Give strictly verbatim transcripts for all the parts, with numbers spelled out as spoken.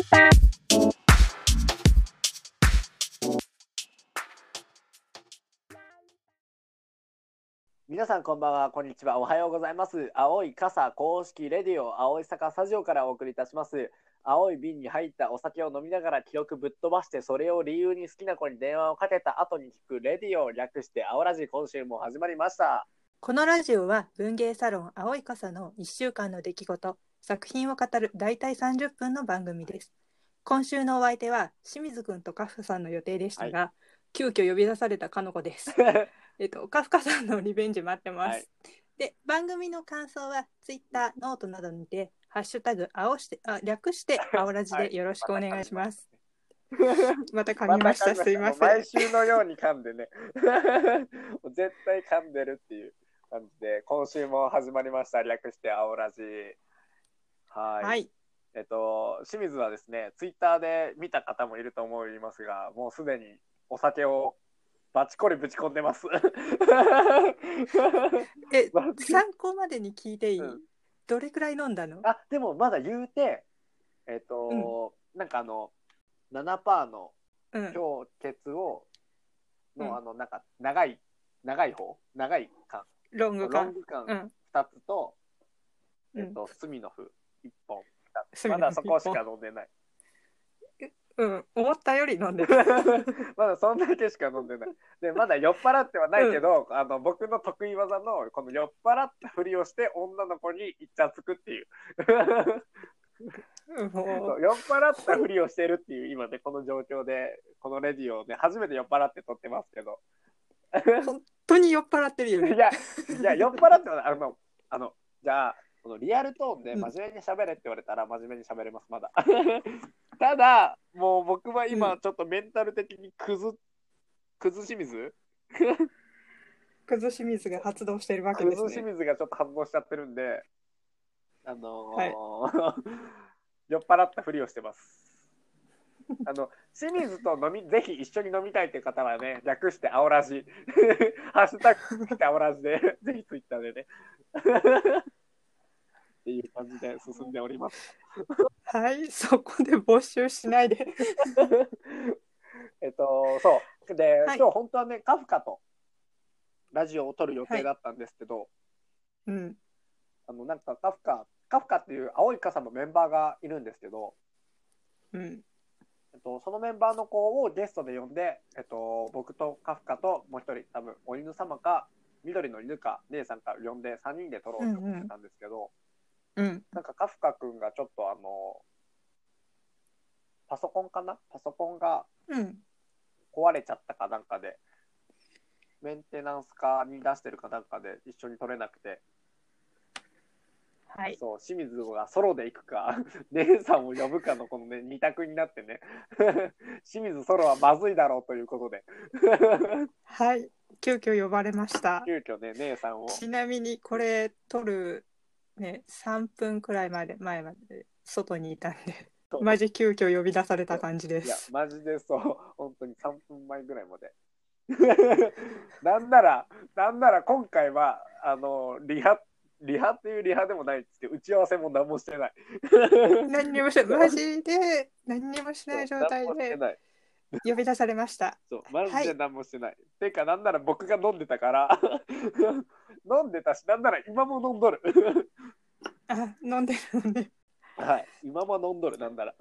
皆さんこんばんは、こんにちは、おはようございます。青い傘公式レディオ青い坂スタジオからお送りいたします。青い瓶に入ったお酒を飲みながら記録ぶっ飛ばして、それを理由に好きな子に電話をかけた後に聞くレディオを略して青ラジ。今週も始まりました。 このラジオは文芸サロン青い傘のいっしゅうかんの出来事、作品を語るだいたいさんじゅっぷんの番組です。今週のお相手は清水くんとカフカさんの予定でしたが、はい、急遽呼び出されたかのこです。えっと、カフカさんのリベンジ待ってます。はい、で、番組の感想はツイッター、ノートなどにてハッシュタグ青してあ略して青ラジでよろしくお願いします。また噛みました、すいません。 毎週のように噛んでね絶対噛んでるっていう感じで、今週も始まりました、略して青ラジ。はい、はい、えっと清水はですね、ツイッターで見た方もいると思いますが、もうすでにお酒をバチコリぶち込んでますえ、参考までに聞いていい、うん、どれくらい飲んだの？ あ、でもまだ言うてえっと、うん、なんかあの ななパーセント の氷結を、うん、のあのなんか長い長い方長い缶ロング缶ふたつと、うん、えっとスミノフいっぽん、まだそこしか飲んでない。 うん、思ったより飲んでるまだそんだけしか飲んでない。でまだ酔っ払ってはないけど、うん、あの僕の得意技のこの酔っ払ったふりをして女の子にイチャつくっていう酔っ払ったふりをしてるっていう今ね、この状況でこのレディオをね初めて酔っ払って撮ってますけど本当に酔っ払ってるよね。 いやいや酔っ払ってはあのあのじゃあこのリアルトーンで真面目に喋れって言われたら真面目に喋れます、まだただもう僕は今ちょっとメンタル的にクズ、クズ清水クズ清水が発動してるわけですね。 クズ清水がちょっと発動しちゃってるんで、あのーはい、酔っ払ったふりをしてますあの清水と飲みぜひ一緒に飲みたいという方はね、略して青ラジハッシュタグして青ラジでぜひツイッターでねっていう感じで進んでおりますはい、そこで募集しないでえっとそうで、はい、今日本当はねカフカとラジオを撮る予定だったんですけど、はい、うん、あのなんかカフカカフカっていう青い傘のメンバーがいるんですけど、うん、えっと、そのメンバーの子をゲストで呼んで、えっと、僕とカフカともう一人多分お犬様か緑の犬か姉さんか呼んでさんにんで撮ろうと思ってたんですけど、うんうん、なんかカフカくんがちょっとあのパソコンかなパソコンが壊れちゃったかなんかで、うん、メンテナンス課に出してるかなんかで一緒に撮れなくて、はい、そう清水がソロで行くか姉さんを呼ぶかのこのね二択になってね清水ソロはまずいだろうということではい、急遽呼ばれました。 急遽ね姉さんを。 ちなみにこれ撮るねさんぷんくらいまで前まで外にいたんでマジ急遽呼び出された感じです。 いやマジでそう本当にさんぷんまえぐらいまでなんならなんなら今回はあのリハリハっていうリハでもないって打ち合わせも何もしてない何にもしてないマジで何にもしない状態で呼び出されましたそうマジで何もしてない、はい、てかなんなら僕が飲んでたから飲んでたし、なんなら今も飲んどるあ、飲んでる飲んでるはい、今も飲んどるなんなら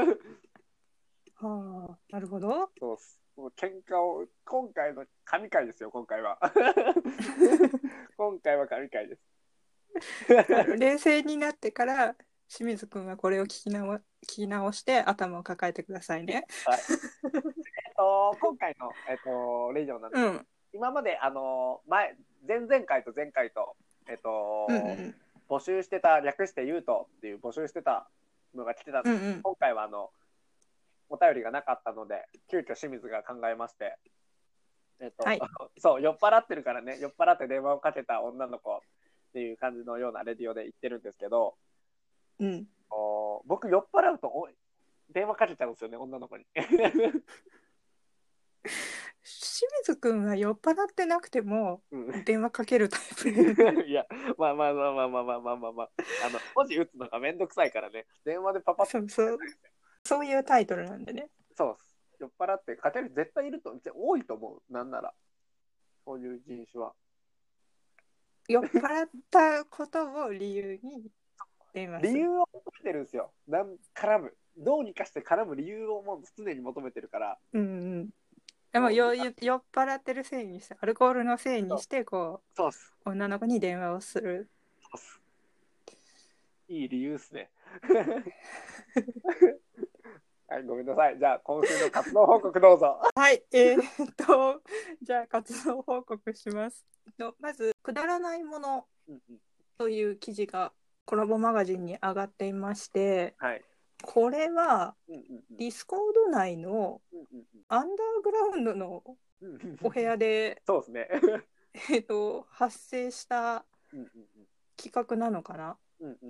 はあ、なるほど。 そうっす。もう喧嘩を今回の神回ですよ今回は今回は神回です冷静になってから清水くんはこれを聞き直、聞き直して頭を抱えてくださいね。 はい。えっと今回のえっとレジオなんですけど、うん、今まであの前前々回と前回とえっと、うんうん、募集してた略してユートっていう募集してたのが来てたんです、うんうん、今回はあのお便りがなかったので急遽清水が考えまして、えっとはい、そう酔っ払ってるからね、酔っ払って電話をかけた女の子っていう感じのようなレディオで言ってるんですけど、うん、お僕酔っ払うとお電話かけちゃうんですよね女の子に清水くんは酔っ払ってなくても電話かけるタイプいやまあまあまあまあまあまあまあまあまああの文字打つのがめんどくさいからね、電話でパパッと。 そうそうそういうタイトルなんでね。 そうです。酔っ払って書ける絶対いると、多いと思う。なんなら。そういう人種は。 酔っ払ったことを理由に電話する。 理由を求めてるんですよ。なん絡む。どうにかして絡む理由をもう常に求めてるから。 うんうん。でもよ酔っ払ってるせいにして、アルコールのせいにして、こう、 そうっす。 女の子に電話をする。 そうっす。いい理由っすね。はい、ごめんなさい。じゃあ、今週の活動報告どうぞ。 はい、えー、っと、じゃあ、活動報告します。まず、くだらないものという記事がコラボマガジンに上がっていまして、 はい、 これは、ディスコード内のアンダーグラウンドのお部屋で、 そうですね。 えっと、発生した企画なのかな。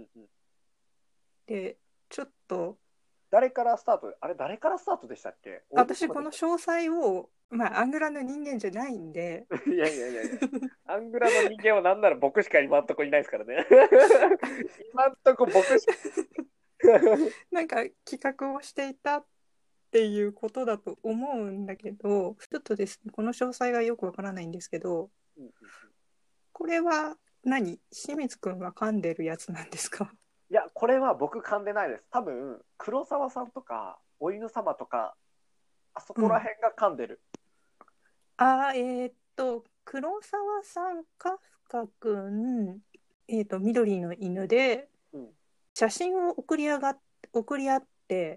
で、ちょっと、 誰からスタートあれ誰からスタートでしたっけ？ 私この詳細を、まあ、アングラの人間じゃないんでいやいやいやいやアングラの人間はなんなら僕しか今んとこいないですからね今んとこ僕しかなんか企画をしていたっていうことだと思うんだけど、ちょっとですね、この詳細がよくわからないんですけど、うんうんうん、これは何？清水くんが噛んでるやつなんですか？ いや、これは僕噛んでないです。多分、黒沢さんとか、お犬様とか、あそこら辺が噛んでる。 うん、あー、えー、っと、黒沢さん、カフカくん、えー、っと、緑の犬で、うん、写真を送り上が送り合って、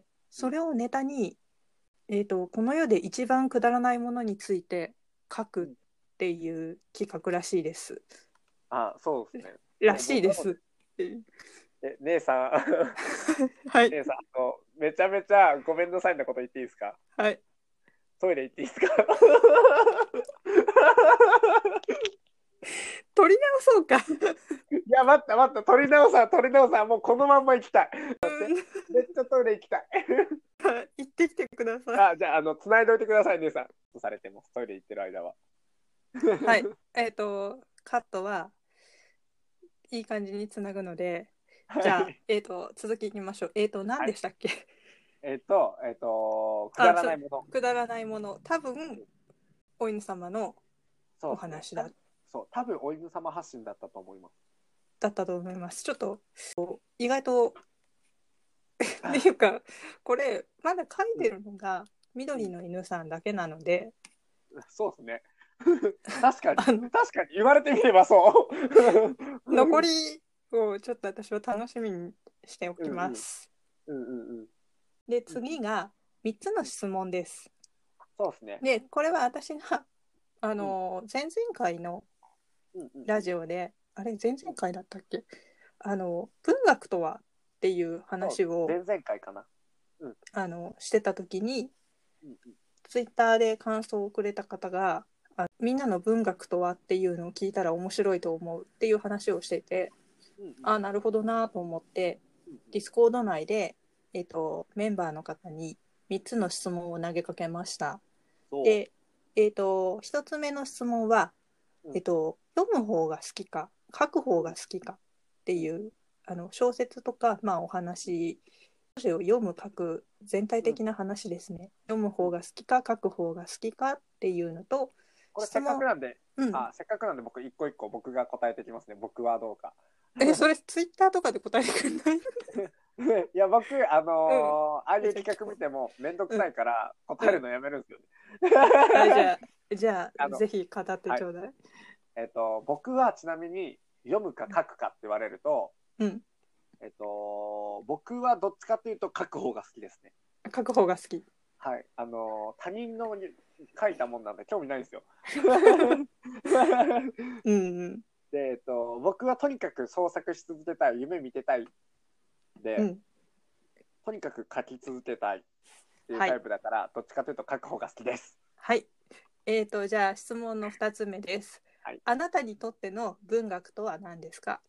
それをネタに、うん、えー、っと、この世で一番くだらないものについて書くっていう企画らしいです。 あ、そうですね。 らしいです。 え、姉さん、はい、姉さん、あの、めちゃめちゃごめんなさいなこと言っていいですか？ はい。 トイレ行っていいですか？ 取り直そうか。 いや、待った待った、取り直さ、取り直さ、もうこのまんま行きたい。めっちゃトイレ行きたい。 行ってきてください。 あ、じゃあ、あの、繋いでおいてください、姉さん。されてます、トイレ行ってる間は。 はい。えっ、ー、と、カットはいい感じにつなぐので、じゃあ、えっ、ー、と、続きいきましょう。えっ、ー、と、何でしたっけ？はい、 えっと、えっと、くだらないもの。 くだらないもの。多分、お犬様のお話だ。 そう、そう、多分、お犬様発信だったと思います。 だったと思います。ちょっと、意外と、っていうか、これ、まだ書いてるのが、緑の犬さんだけなので。 そうですね。確かに、確かに言われてみればそう。 残りをちょっと私は楽しみにしておきます。うんうんうんうん、で、次がみっつの質問です。 そうですね。 で、これは私が、あの、うん、前々回のラジオで、うんうん、あれ、前々回だったっけ？あの、文学とはっていう話を、 前々回かな。 うん、あの、してた時に、うんうん、ツイッターで感想をくれた方が、あ、みんなの文学とはっていうのを聞いたら面白いと思うっていう話をしてて、うんうん、あ、なるほどなと思って、うんうん、ディスコード内で、えっと、メンバーの方にみっつの質問を投げかけました。で、えっと、ひとつめの質問は、えっと、読む方が好きか書く方が好きかっていうあの小説とか、まあ、お話を読む書く全体的な話ですね、うん、読む方が好きか書く方が好きかっていうのと、 これせっかくなんで、うん、あせっかくなんで僕一個一個僕が答えてきますね。僕はどうか。 え、それツイッターとかで答えてくれないいや僕あのーうん、ああいう企画見てもめんどくさいから答えるのやめるんですよね。 うん、あ、じゃあじゃあぜひ語ってちょうだい。はい、 えっと僕はちなみに読むか書くかって言われると、うん、えっと僕はどっちかというと書く方が好きですね。 書く方が好き。 はい、あのー、他人の書いたもんなんで興味ないんですよ。うん、うん、で、えっと、僕はとにかく創作し続けたい、夢見てたいで、うん、とにかく書き続けたいっていうタイプだから、はい、どっちかというと書く方が好きです。 はい。えーと、じゃあ質問のふたつめです。はい、あなたにとっての文学とは何ですか？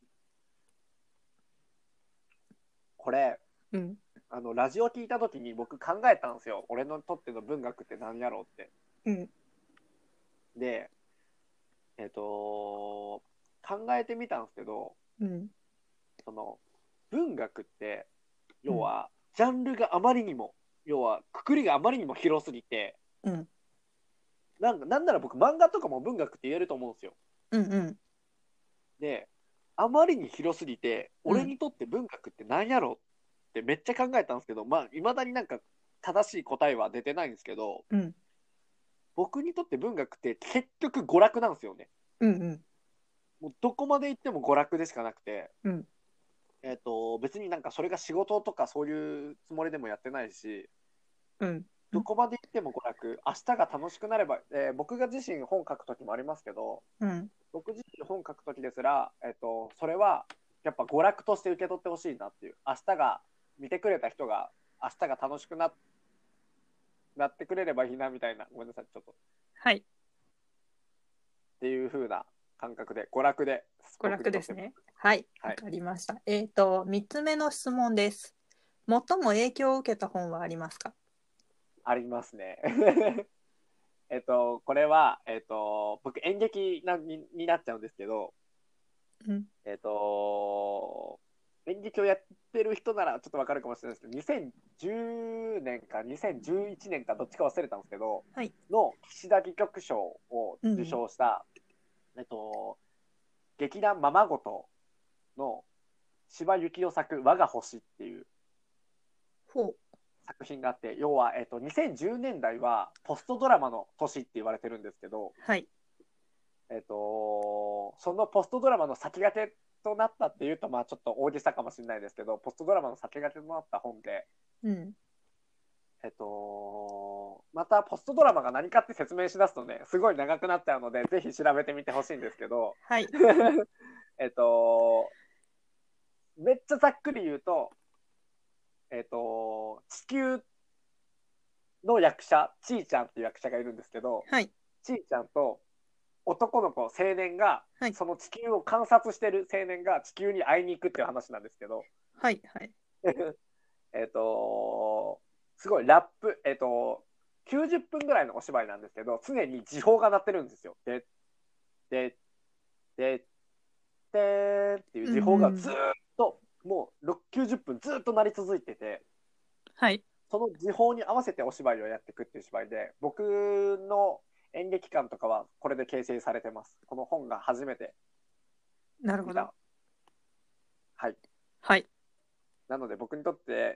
これ、うん、あのラジオ聞いた時に僕考えたんですよ。俺のとっての文学って何やろうって。うん、で、えっと、考えてみたんですけど、うん、その文学って要は、うん、ジャンルがあまりにも要はくくりがあまりにも広すぎて、 うん、 なんかなんなら僕漫画とかも文学って言えると思うんですよ。 うんうん。 で、あまりに広すぎて、 うん俺にとって文学って何やろってめっちゃ考えたんですけど、まあいまだになんか正しい答えは出てないんですけど、 うん、 僕にとって文学って結局娯楽なんですよね。 うんうん。 もうどこまで行っても娯楽でしかなくて、 うん、 えーと、別になんかそれが仕事とかそういうつもりでもやってないし、 うん、 どこまで行っても娯楽、明日が楽しくなれば、えー僕が自身本書く時もありますけど、 うん。 僕自身本書く時ですら、えーと、それはやっぱ娯楽として受け取ってほしいなっていう、明日が見てくれた人が明日が楽しくななってくれればいいなみたいな、ごめんなさい、ちょっと。 はい。 っていう風な感覚で、娯楽で。 娯楽ですね。はい、わ、 はい、 かりました。えっ、ー、と、みっつめの質問です。最も影響を受けた本はありますか？ ありますね。えっと、これは、えっと、僕演劇な に, になっちゃうんですけど、 うん、 えっと、演劇をやってる人ならちょっとわかるかもしれないですけど、にせんじゅうねんかにせんじゅういちねんかどっちか忘れたんですけど、 はい、 の岸田戯曲賞を受うん、 賞した、えっと、劇団ままごとの司馬幸代作「我が星」っていうほう、 作品があって、要は、えっと、にせんじゅうねんだいはポストドラマの年って言われてるんですけど、 はい、 えっと、そのポストドラマの先駆けとなったっていうと、まあちょっと大げさかもしれないですけど、ポストドラマの先駆けとなった本で、 うん、 えっと、またポストドラマが何かって説明しだすとね、すごい長くなっちゃうので、ぜひ調べてみてほしいんですけど、 はい、 えっと、めっちゃざっくり言うと、えっと、地球の役者、ちーちゃんっていう役者がいるんですけど、 はい、 ちーちゃんと男の子、青年が、 はい、 その地球を観察してる青年が地球に会いに行くっていう話なんですけど、 はい、はい、 えっと、すごいラップ、えっと、きゅうじゅっぷんぐらいのお芝居なんですけど、常に時報が鳴ってるんですよ。で、で、で、でっていう時報がずっと、もうきゅうじゅっぷんずっと鳴り続いてて、 はい、 その時報に合わせてお芝居をやっていくっていう芝居で、僕の演劇館とかはこれで形成されてます。この本が初めてなるほど。 はい。 はい。 なので僕にとって、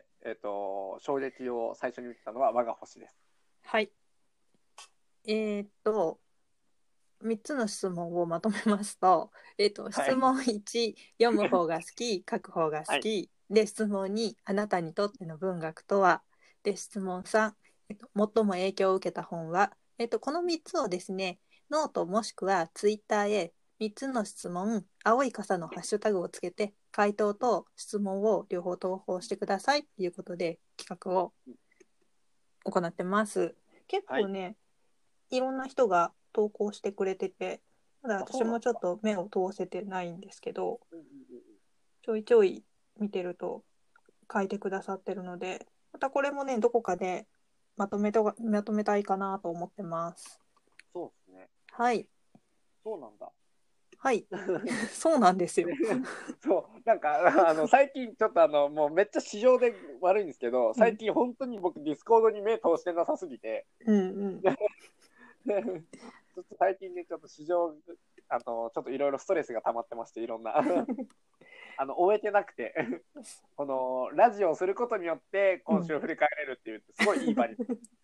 えっと、衝撃を最初に受けたのは我が星です。 はい。えーっと、みっつの質問をまとめますと、えーっと、 はい、 質問いち、読む方が好き、書く方が好き。はい、で、質問に、あなたにとっての文学とは。で、質問さん、えっと、最も影響を受けた本は。えっと、このみっつをですね、ノートもしくはツイッターへみっつの質問、青い傘のハッシュタグをつけて、回答と質問を両方投稿してくださいということで企画を行ってます。結構ね、はい、いろんな人が投稿してくれてて、まだ私もちょっと目を通せてないんですけど、ちょいちょい見てると書いてくださってるので、またこれもね、どこかでまとめとまとめたいかなと思ってます。 そうですね。 はい。 そうなんだ。 はい。そうなんですよ。 そう、なんか、あの、最近ちょっとあの、もうめっちゃ市場で悪いんですけど、最近本当に僕ディスコードに目通してなさすぎて、 うんうん。ちょっと最近ね、ちょっと市場、あの、ちょっといろいろストレスが溜まってまして、いろんな。あの、終えてなくて、この、ラジオをすることによって、今週を振り返れるっていう、すごいいい場に。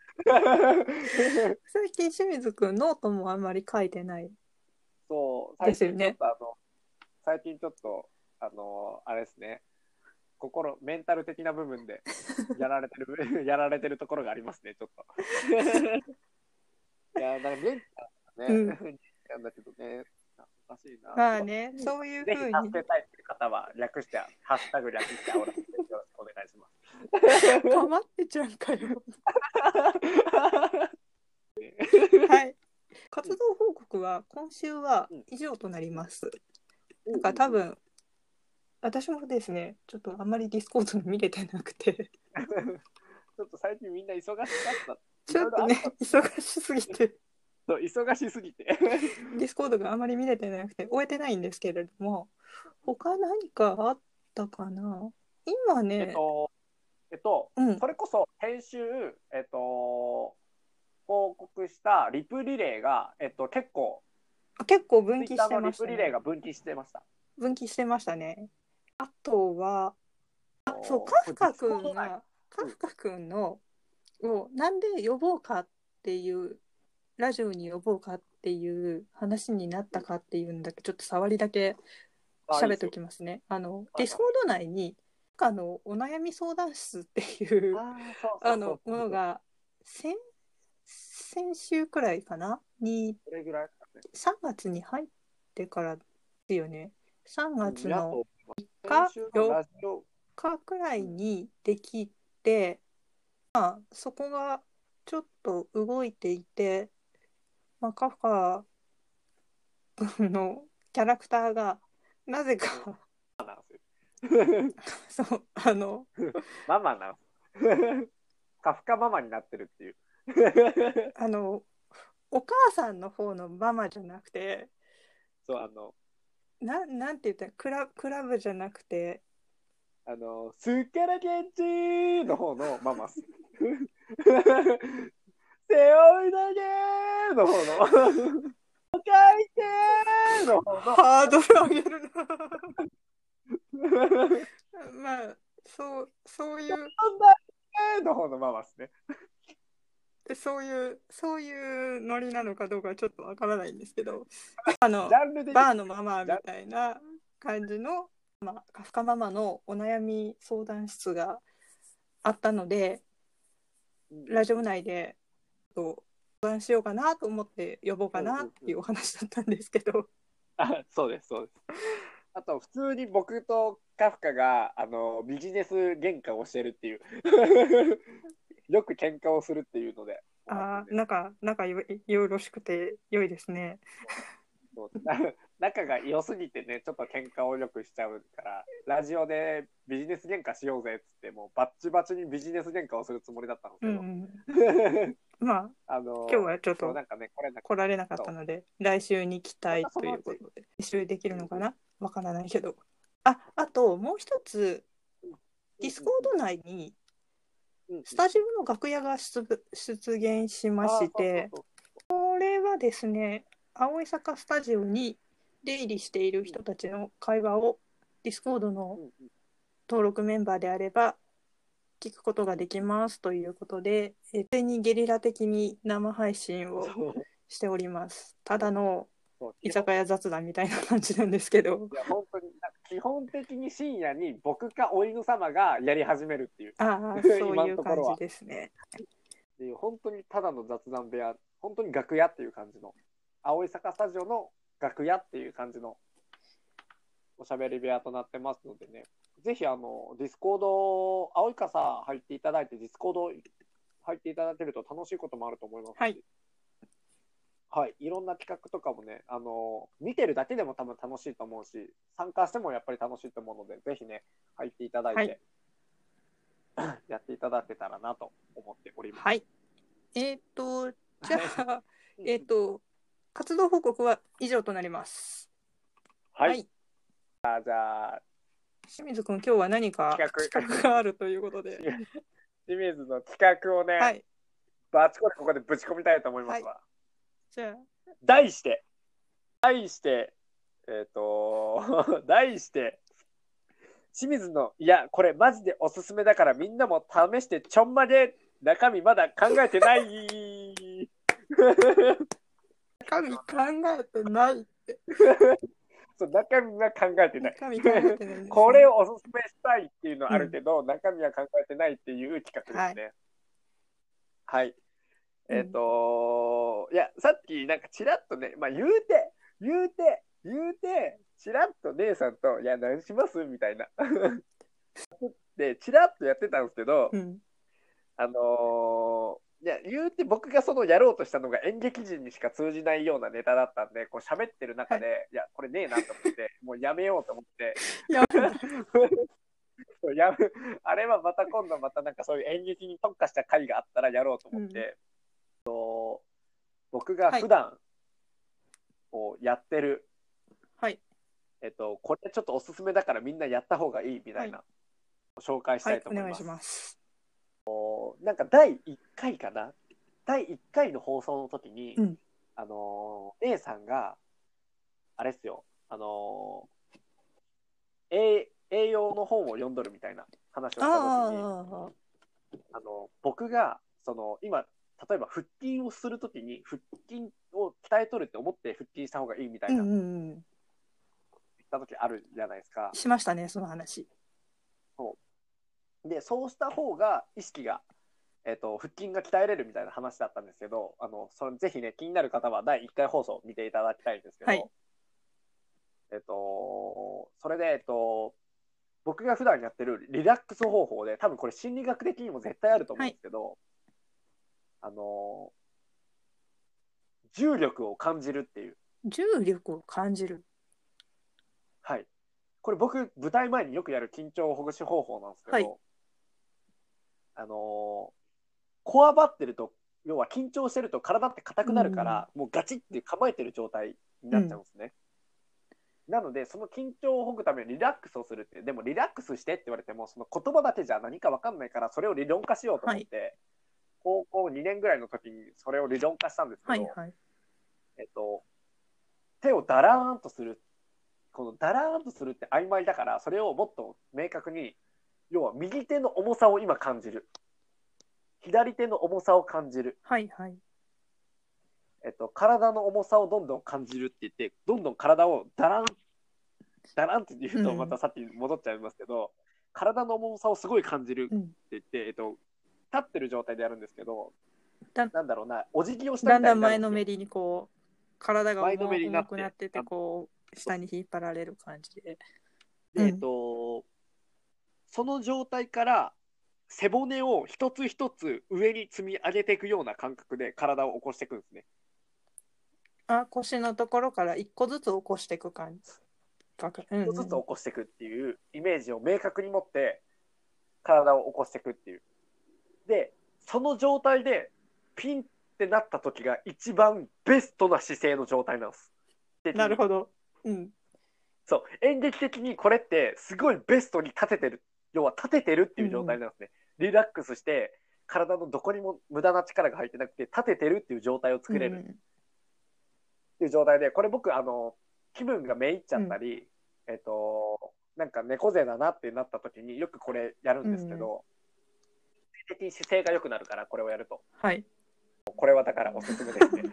最近、清水くん、ノートもあんまり書いてない。 そう、最近ちょっと、ね、あの、最近ちょっと、あの、あれですね、心、メンタル的な部分で、やられてる、やられてるところがありますね、ちょっと。いや、なんかメンタルね、うん、なんだけどね、おかしいな。 まあね、そういうふうに。 ぜひ助けたいっていう方は、略して、ハッシュタグ略して、よろしくお願いします。 かまってちゃんかよ。はい。活動報告は今週は以上となります。うん、なんか多分、私もですね、ちょっとあんまりディスコード見れてなくて。ちょっと最近みんな忙しかった。 ちょっとね、忙しすぎて。 そう忙しすぎてディスコードがあまり見れてなくて終えてないんですけれども、他何かあったかな今ね、えっと、 えっと、 うん、 それこそ編集、えっと、報告したリプリレーが、えっと、結構、 結構分岐ツイッターのリプしてましたね。 リレーが分岐してました。 分岐してましたね。あとは、あ、そう、カこれディフカスコード内、 君が、カフカ君のをなんで呼ぼうかっていう、ラジオに呼ぼうかっていう話になったかっていうんだけちょっと触りだけあ、いいで喋っておすよ。 きますね。あの、 はいはい。 ディスコード内に、あの、お悩み相談室っていうああ、そうそうそあのうそうそう。 ものが先先週くらいかなにそれぐらいですかね。 さんがつに入ってからですよね。3 うん、やっ月のと、先日、 週の 4 ラジオ、 日くらいうん、 にできて、まあ、そこがちょっと動いていて、まあ、カフカのキャラクターがなぜうん、 かママなんですよ。 そうあのママなんです。カフカママになってるっていう。 あのお母さんの方のママじゃなくて、 そう、あの、 ななんて言ったらクラ、クラブじゃなくて、 あの、すっからけんちーの方のママス。背負い投げの方の、お会計の方の、 ハードル上げるなまあそうそういうそんなの方のママスね。 でそういうそういうノリなのかどうかはちょっとわからないんですけど、あのジャンルで言う、 バーのママジャンみたいな感じの、まあ、カフカママのお悩み相談室があったので、ラジオ内でと相談しようかなと思って呼ぼうかなっていうお話だったんですけど、 あ、そうです、そうです。あと、普通に僕とカフカが、あの、ビジネス喧嘩をしてるっていう。よく喧嘩をするっていうので、 ああ、仲、仲よよろしくて良いですね。 そうな仲が良すぎてね、ちょっと喧嘩をよくしちゃうから、ラジオでビジネス喧嘩しようぜっつって、もうバッチバチにビジネス喧嘩をするつもりだったんですけど、 うんうん、まあ、 あの今日はちょっとそうなんかね、これなんか来られなかったので、来週に期ま待とたそのうち、 いうことで、来週できるのかなわからないけど。あ、あともう一つ、ディスコード内にスタジオの楽屋が出、出現しまして、これはですね、青い坂スタジオに出入りしている人たちの会話をディスコードの登録メンバーであれば聞くことができますということで、えついにゲリラ的に生配信をしております。ただの居酒屋雑談みたいな感じなんですけど。 いや、本当に、基本的に深夜に僕かお犬様がやり始めるっていう。 ああ、そう今いう感じのところは。 ですね。 本当にただの雑談部屋、本当に楽屋っていう感じの、青い坂スタジオの楽屋っていう感じのおしゃべり部屋となってますのでね、ぜひあの、ディスコード、青い傘入っていただいて、ディスコード入っていただけると楽しいこともあると思いますし、 はい。 はい、いろんな企画とかもね、あの、見てるだけでも多分楽しいと思うし、参加してもやっぱり楽しいと思うので、ぜひね、入っていただいて、はい、やっていただけたらなと思っております。 はい。えっ、ー、と、じゃあ、えっと、活動報告は以上となります。 はい。はい、あ、じゃあ、 清水君、今日は何か企画があるということで。 清水の企画をね、はい、バチコリここでぶち込みたいと思いますわ。はい、 じゃあ、 題して、題して、えっ、ー、と、題して、清水の、いや、これマジでおすすめだからみんなも試してちょんまげ、中身まだ考えてない。 中身考えてないって。 そう、中身は考えてない。 中身考えてないですね、 これをおすすめしたいっていうのはあるけど、うん、中身は考えてないっていう企画ですね。はい。はい、えっ、ー、とー、いや、さっきなんかちらっとね、まあ言うて、言うて、言うて、ちらっと姉さんと、いや、何しますみたいな。で、ちらっとやってたんですけど、うん、あのー、いや、言うて僕がそのやろうとしたのが演劇人にしか通じないようなネタだったんで、こう喋ってる中で、はい、いや、これねえなと思って、もうやめようと思って。ややめあれはまた今度またなんかそういう演劇に特化した回があったらやろうと思って、うん、僕が普段をやってる、はい、えっと、これちょっとおすすめだからみんなやった方がいいみたいな、はい、紹介したいと思います。はい、お願いします。 なんかだいいっかいかな、だいいっかいの放送の時に、 うん、 あのー、A さんがあれっすよ、あのー、栄, 栄養の本を読んどるみたいな話をした時に、ああの僕がその今例えば腹筋をする時に腹筋を鍛えとるって思って腹筋した方がいいみたいな、うんうんうん、言った時あるじゃないですか。 しましたね、その話。 そうで、そうした方が意識が、えーと、腹筋が鍛えれるみたいな話だったんですけど、あのそれぜひね、気になる方はだいいっかい放送を見ていただきたいんですけど、はい、えっ、ー、とそれで、えっ、ー、と僕が普段やってるリラックス方法で、多分これ心理学的にも絶対あると思うんですけど、はい、あの重力を感じるっていう。 重力を感じる。 はい。これ僕舞台前によくやる緊張ほぐし方法なんですけど、はい、あのこわばってると、要は緊張してると体って硬くなるから、うん、もうガチって構えてる状態になっちゃうんですね。うん、なのでその緊張をほぐためにリラックスをするって、でもリラックスしてって言われてもその言葉だけじゃ何か分かんないから、それを理論化しようと思って、はい、高校にねんぐらいの時にそれを理論化したんですけど、はいはい、えっと、手をだらーんとする、このだらーんとするって曖昧だから、それをもっと明確に、要は右手の重さを今感じる、左手の重さを感じる、 はいはい、 えっと、体の重さをどんどん感じるって言って、どんどん体をだらんだらんって言うとまたさっき戻っちゃいますけど、うん、体の重さをすごい感じるって言って、うん、えっと、立ってる状態でやるんですけど、なんだろうな、お辞儀をしたみたいになるんですよ。 だんだん前のめりにこう体が 重, 重くなってて、こう下に引っ張られる感じで、 で、えっと、その状態から背骨を一つ一つ上に積み上げていくような感覚で体を起こしていくんですね。 あ、腰のところから一個ずつ起こしていく感じ。 一個ずつ起こしていくっていうイメージを明確に持って体を起こしていくっていう。で、その状態でピンってなった時が一番ベストな姿勢の状態なんです。 なるほど。うん。 そう、演劇的にこれってすごいベストに立ててる、要は立ててるっていう状態なんですね。うん、リラックスして体のどこにも無駄な力が入ってなくて立ててるっていう状態を作れるっていう状態で、これ僕あの気分がめいっちゃったり、うん、えっとなんか猫背だなってなった時によくこれやるんですけど、うん、的に姿勢が良くなるからこれをやると。 はい。 これはだからおすすめですね。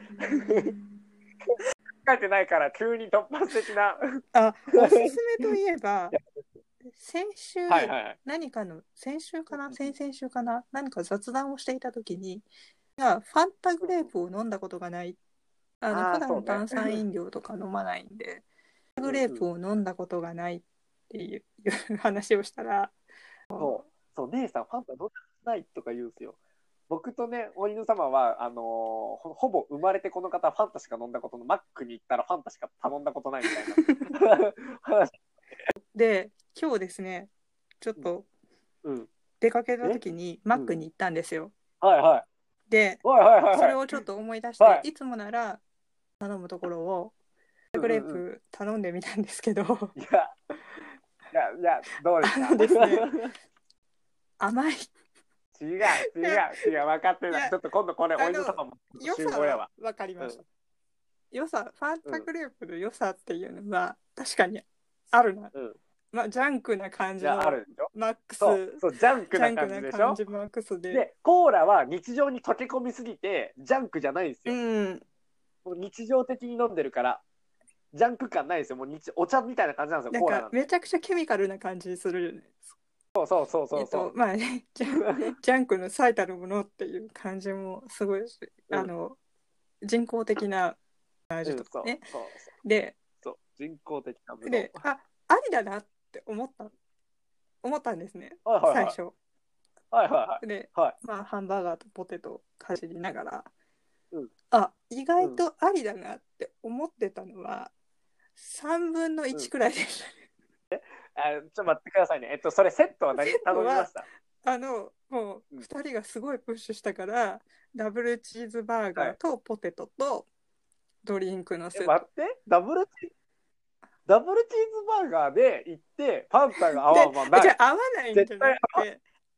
書いてないから急に突発的なあ、おすすめといえば先週、 はいはいはい、 何かの先週かな先々週かな何か雑談をしていた時に、ファンタグレープを飲んだことがない、あの普段炭酸飲料とか飲まないんで、ファンタグレープを飲んだことがないっていう話をしたら、 そうそう姉さんファンタ飲んだことないとか言うんですよ。僕とね、お犬様はあのー、ほ, ほぼ生まれてこの方ファンタしか飲んだことの、マックに行ったらファンタしか頼んだことないみたいな話で、今日ですね、ちょっと出かけた時にマックに行ったんですよ。 うん、はいはい。 で、 はいはいはいはい、 それをちょっと思い出して、はい、いつもなら頼むところをグレープ頼んでみたんですけど、うんうんうん、 いやいやいやどうですか。 ですね、甘い。 違う違う違う、分かってない。ちょっと今度これお犬様も集合やわ。 分かりました。うん、良さ、ファンタグレープの良さっていうのは確かにあるな。うん、まあジャンクな感じのマックス。 そうそう、ジャンクな感じでしょ。 ジャンクな感じマックスで。 で、コーラは日常に溶け込みすぎてジャンクじゃないんですよ。うん、もう日常的に飲んでるからジャンク感ないですよ。もう日お茶みたいな感じなんですよ。コーラなんてめちゃくちゃケミカルな感じするよね。 そうそうそうそうそう、えっと、 まあね、ジャンクの最たるものっていう感じもすごいし、うん、あの人工的な味とかね、うん、そうそうそうでそう人工的なもので、あ、ありだなって思った思ったんですね、 はいはいはい、 最初。 はいはいはい。 で、 はい、 まあハンバーガーとポテトをかじりながら、 うん、 あ、意外とありだなって思ってたのはさんぶんのいちくらいでした、 ね。うん、あ、ちょっと待ってくださいね。えっとそれセットは何頼みました？ あのもうふたりがすごいプッシュしたから、うん、ダブルチーズバーガーとポテトとドリンクのセット。 はい、待って、ダブルチダブルチーズバーガーで行ってパンタが合わない。 じゃあ合わないんじゃなくて、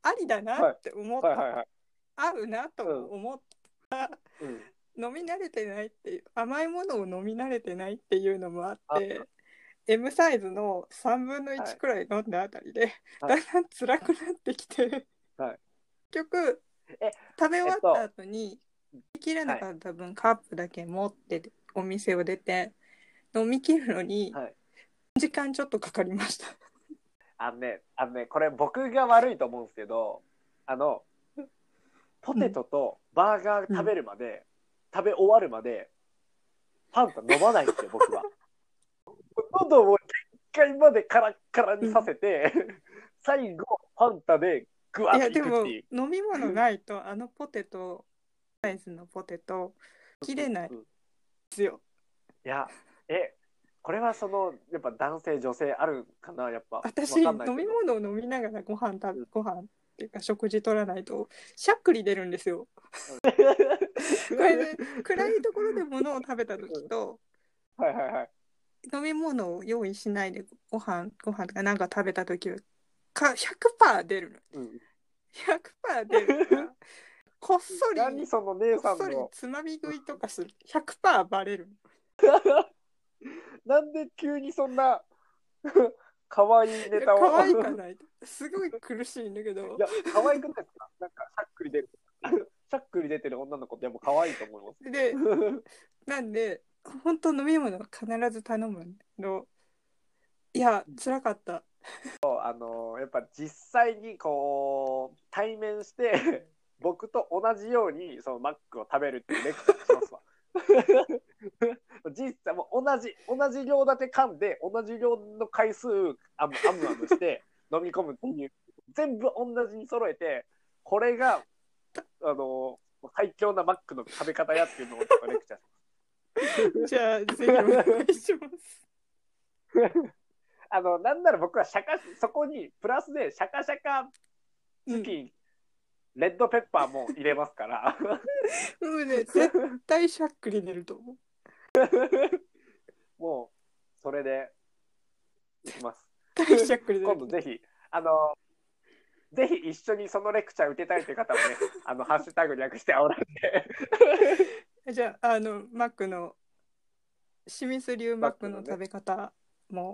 ありだなって思った、 はいはいはいはい、 合うなと思った、 うん、 飲み慣れてないっていう、甘いものを飲み慣れてないっていうのもあって、M サイズのさんぶんのいちくらい飲んだあたりで、はい、だんだん辛くなってきて、はい、結局え食べ終わった後に、えっと、切れなかった分、はい、カップだけ持ってお店を出て飲み切るのに時間ちょっとかかりました。 あのね、あのね、これ僕が悪いと思うんですけど、あのポテトとバーガー食べるまで、うん、食べ終わるまでパンタ飲まないんですよ僕は。喉を限界までカラッカラにさせて、うん、最後パンタでグワッていくっていう。いやでも飲み物ないとあのポテトサイズのポテト切れないですよ。いやえこれはそのやっぱ男性女性あるかな、やっぱ。私飲み物を飲みながらご飯食べ、うん、ご飯っていうか食事取らないとしゃっくり出るんですよ。これね、暗いところで物を食べた時と、うん、はいはいはい、飲み物を用意しないでご飯ご飯とかなんか食べた時はか ひゃくパーセント 出るの、うん、ひゃくパーセント 出るからこっそり何その姉さんのこっそりつまみ食いとかする ひゃくパーセント バレる。なんで急にそんな可愛いネタを。可愛いかないすごい苦しいんだけど。いや可愛くないですか。なんかしゃっくり出るしゃっくり出てる女の子ってやっぱ可愛いと思います。でなんで本当飲み物は必ず頼むんだけど、いや辛かった。あのやっぱ実際にこう対面して僕と同じようにそのマックを食べるっていうレクチャーしますわ。実際もう同じ同じ量だけ噛んで同じ量の回数あむあむあむして飲み込むっていう全部同じに揃えて、これがあの最強なマックの食べ方やっていうのをちょっとレクチャーします。じゃあぜひお願いします。あのなんなら僕はシャカそこにプラスでシャカシャカチキン、うん、レッドペッパーも入れますから。もうね絶対しゃっくり出ると思う。もうそれでいきます。今度ぜひあのぜひ一緒にそのレクチャー受けたいという方もね、あのハッシュタグ略してあおらんで。じゃああのマックの清水流マックの食べ方も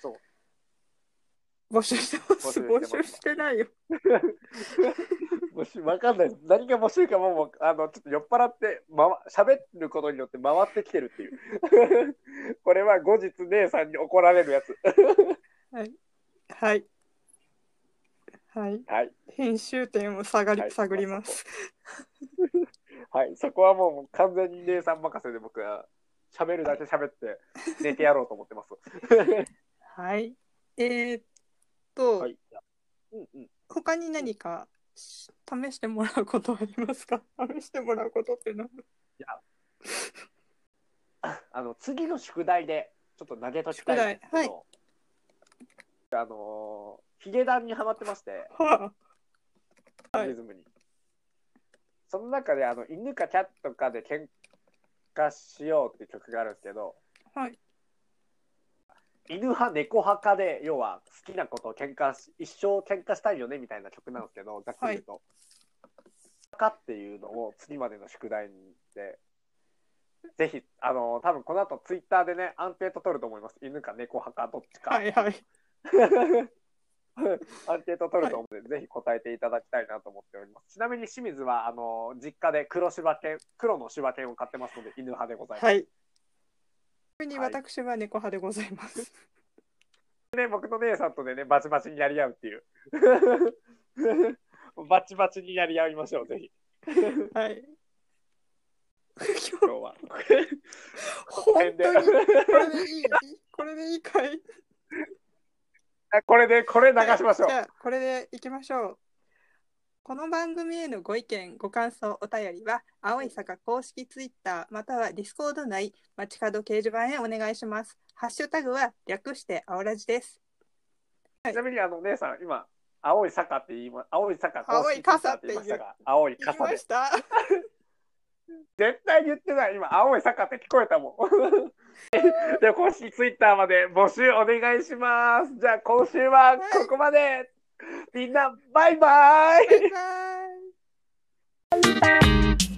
募集してます。募集してないよ。募集わかんないです。何が募集かももうあのちょっと酔っ払ってま喋ることによって回ってきてるっていう。これは後日姉さんに怒られるやつ。はいはいはいはい。編集点を探り、はい、探ります。はい、そこはもう完全に姉さん任せで僕は喋るだけ喋って寝てやろうと思ってます。はい。えー、っと、はい、うんうん、他に何か試してもらうことはありますか？試してもらうことって何？いやあの次の宿題でちょっと投げときたいんですけど、はい、あのヒゲダンにハマってまして、はあ、リズムに、はい、その中であの犬かキャットかで喧嘩しようっていう曲があるんですけど、はい、犬派猫派かで要は好きなことを喧嘩し一生喧嘩したいよねみたいな曲なんですけど、ざっくり言うと、はい、っていうのを次までの宿題でぜひあの多分この後ツイッターでねアンケート取ると思います。犬か猫派かどっちか。はいはい。アンケート取ると思うので、はい、ぜひ答えていただきたいなと思っております。ちなみに清水はあの実家で黒柴犬黒の柴犬を飼ってますので犬派でございます。はい。ちなみに私は猫派でございます。はい、ね、僕の姉さんとでねバチバチにやり合うっていう。バチバチにやり合いましょうぜひ。はい。今日は本当にこれでいいこれでいいかい。これでこれ流しましょう。はい、じゃあこれでいきましょう。この番組へのご意見ご感想お便りは青い坂公式ツイッターまたはディスコード内街角掲示板へお願いします。ハッシュタグは略して青ラジです。はい、ちなみにあの姉さん今青い坂って言いま青い坂公式ツイッターって言いましたが青い傘でした絶対言ってない。今青い坂って聞こえたもん。で公式ツイッターまで募集お願いします。じゃあ今週はここまで。はい。 みんなバイバイ。 バイバイ。